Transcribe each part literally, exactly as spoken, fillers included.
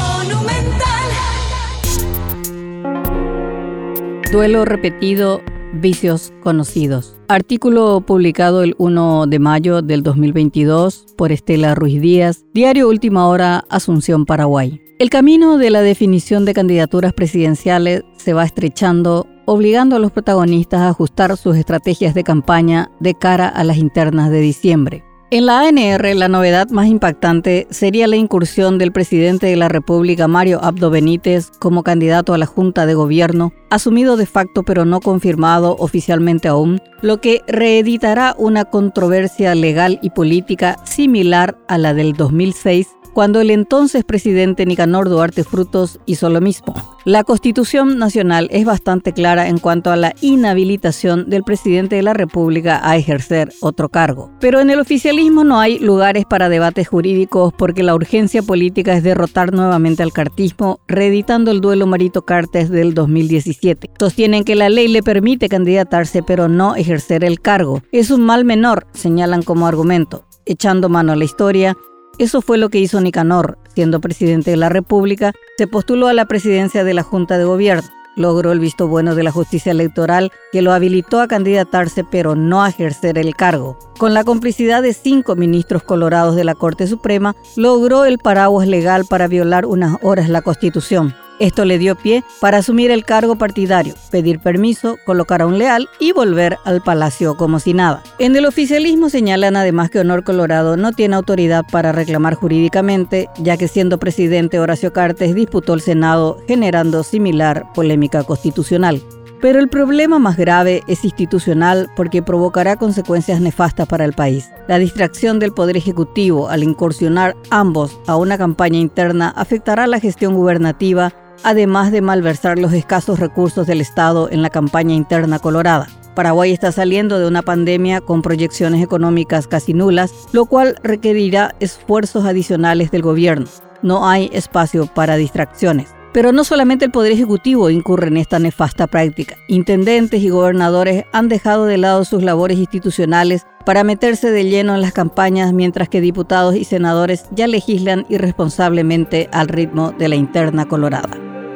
Duelo repetido, vicios conocidos. Artículo publicado el primero de mayo del dos mil veintidós por Estela Ruiz Díaz, Diario Última Hora, Asunción, Paraguay. El camino de la definición de candidaturas presidenciales se va estrechando, obligando a los protagonistas a ajustar sus estrategias de campaña de cara a las internas de diciembre. En la A N R, la novedad más impactante sería la incursión del presidente de la República, Mario Abdo Benítez, como candidato a la Junta de Gobierno, asumido de facto pero no confirmado oficialmente aún, lo que reeditará una controversia legal y política similar a la del dos mil seis, cuando el entonces presidente Nicanor Duarte Frutos hizo lo mismo. La Constitución Nacional es bastante clara en cuanto a la inhabilitación del presidente de la República a ejercer otro cargo. Pero en el oficialismo no hay lugares para debates jurídicos porque la urgencia política es derrotar nuevamente al cartismo, reeditando el duelo Marito Cartes del dos mil diecisiete. Sostienen que la ley le permite candidatarse pero no ejercer el cargo. Es un mal menor, señalan como argumento. Echando mano a la historia, eso fue lo que hizo Nicanor. Siendo presidente de la República, se postuló a la presidencia de la Junta de Gobierno. Logró el visto bueno de la justicia electoral que lo habilitó a candidatarse pero no a ejercer el cargo. Con la complicidad de cinco ministros colorados de la Corte Suprema, logró el paraguas legal para violar unas horas la Constitución. Esto le dio pie para asumir el cargo partidario, pedir permiso, colocar a un leal y volver al palacio como si nada. En el oficialismo señalan además que Honor Colorado no tiene autoridad para reclamar jurídicamente, ya que siendo presidente Horacio Cartes disputó el Senado, generando similar polémica constitucional. Pero el problema más grave es institucional porque provocará consecuencias nefastas para el país. La distracción del Poder Ejecutivo al incursionar ambos a una campaña interna afectará la gestión gubernativa, además de malversar los escasos recursos del Estado en la campaña interna colorada. Paraguay está saliendo de una pandemia con proyecciones económicas casi nulas, lo cual requerirá esfuerzos adicionales del gobierno. No hay espacio para distracciones. Pero no solamente el Poder Ejecutivo incurre en esta nefasta práctica. Intendentes y gobernadores han dejado de lado sus labores institucionales para meterse de lleno en las campañas, mientras que diputados y senadores ya legislan irresponsablemente al ritmo de la interna colorada.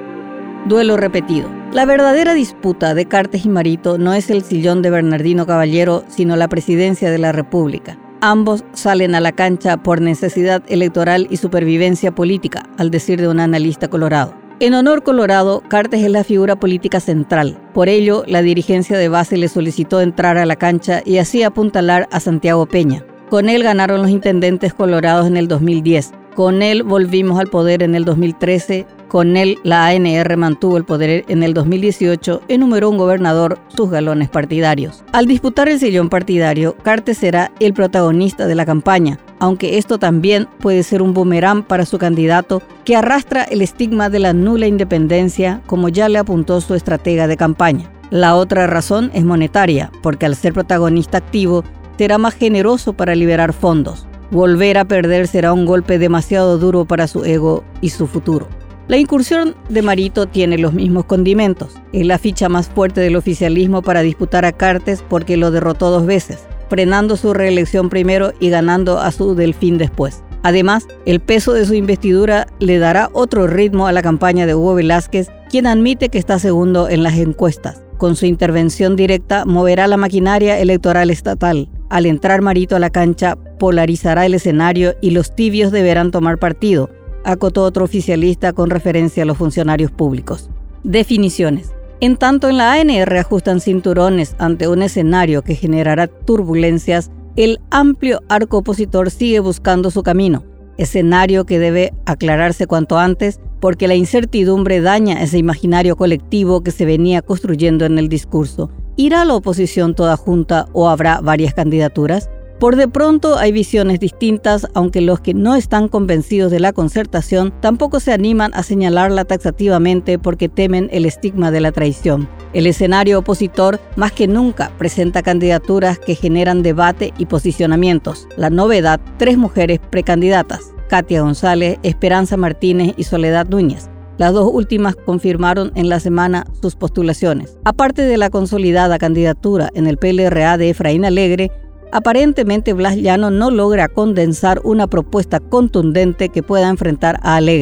Duelo repetido. La verdadera disputa de Cartes y Marito no es el sillón de Bernardino Caballero, sino la presidencia de la República. Ambos salen a la cancha por necesidad electoral y supervivencia política, al decir de un analista colorado. En Honor Colorado, Cartes es la figura política central. Por ello, la dirigencia de base le solicitó entrar a la cancha y así apuntalar a Santiago Peña. Con él ganaron los intendentes colorados en el dos mil diez. Con él volvimos al poder en el dos mil trece. Con él, la A N R mantuvo el poder en el dos mil dieciocho, enumeró un gobernador sus galones partidarios. Al disputar el sillón partidario, Cartes será el protagonista de la campaña, aunque esto también puede ser un boomerang para su candidato, que arrastra el estigma de la nula independencia, como ya le apuntó su estratega de campaña. La otra razón es monetaria, porque al ser protagonista activo, será más generoso para liberar fondos. Volver a perder será un golpe demasiado duro para su ego y su futuro. La incursión de Marito tiene los mismos condimentos. Es la ficha más fuerte del oficialismo para disputar a Cartes porque lo derrotó dos veces, frenando su reelección primero y ganando a su delfín después. Además, el peso de su investidura le dará otro ritmo a la campaña de Hugo Velázquez, quien admite que está segundo en las encuestas. Con su intervención directa moverá la maquinaria electoral estatal. Al entrar Marito a la cancha, polarizará el escenario y los tibios deberán tomar partido, acotó otro oficialista con referencia a los funcionarios públicos. Definiciones. En tanto en la A N R ajustan cinturones ante un escenario que generará turbulencias, el amplio arco opositor sigue buscando su camino, escenario que debe aclararse cuanto antes porque la incertidumbre daña ese imaginario colectivo que se venía construyendo en el discurso. ¿Irá la oposición toda junta o habrá varias candidaturas? Por de pronto hay visiones distintas, aunque los que no están convencidos de la concertación tampoco se animan a señalarla taxativamente porque temen el estigma de la traición. El escenario opositor más que nunca presenta candidaturas que generan debate y posicionamientos. La novedad, tres mujeres precandidatas, Katia González, Esperanza Martínez y Soledad Núñez. Las dos últimas confirmaron en la semana sus postulaciones. Aparte de la consolidada candidatura en el P L R A de Efraín Alegre, aparentemente Blas Llano no logra condensar una propuesta contundente que pueda enfrentar a Alegre.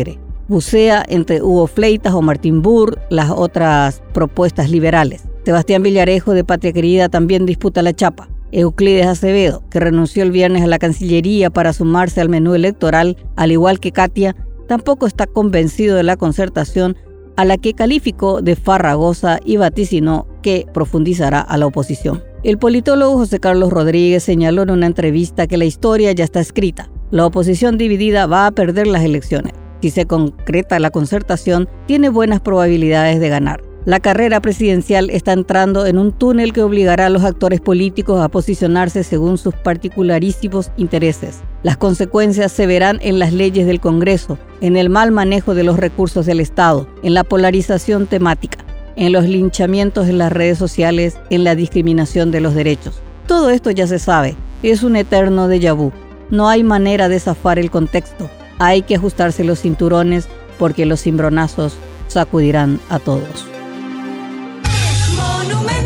bucea entre Hugo Fleitas o Martín Burr las otras propuestas liberales. Sebastián Villarejo, de Patria Querida, también disputa la chapa. Euclides Acevedo, que renunció el viernes a la Cancillería para sumarse al menú electoral, al igual que Katia, tampoco está convencido de la concertación, a la que calificó de farragosa y vaticinó que profundizará a la oposición. El politólogo José Carlos Rodríguez señaló en una entrevista que la historia ya está escrita. La oposición dividida va a perder las elecciones. Si se concreta la concertación, tiene buenas probabilidades de ganar. La carrera presidencial está entrando en un túnel que obligará a los actores políticos a posicionarse según sus particularísimos intereses. Las consecuencias se verán en las leyes del Congreso, en el mal manejo de los recursos del Estado, en la polarización temática, en los linchamientos en las redes sociales, en la discriminación de los derechos. Todo esto ya se sabe, es un eterno déjà vu. No hay manera de zafar el contexto. Hay que ajustarse los cinturones porque los cimbronazos sacudirán a todos. Monumental.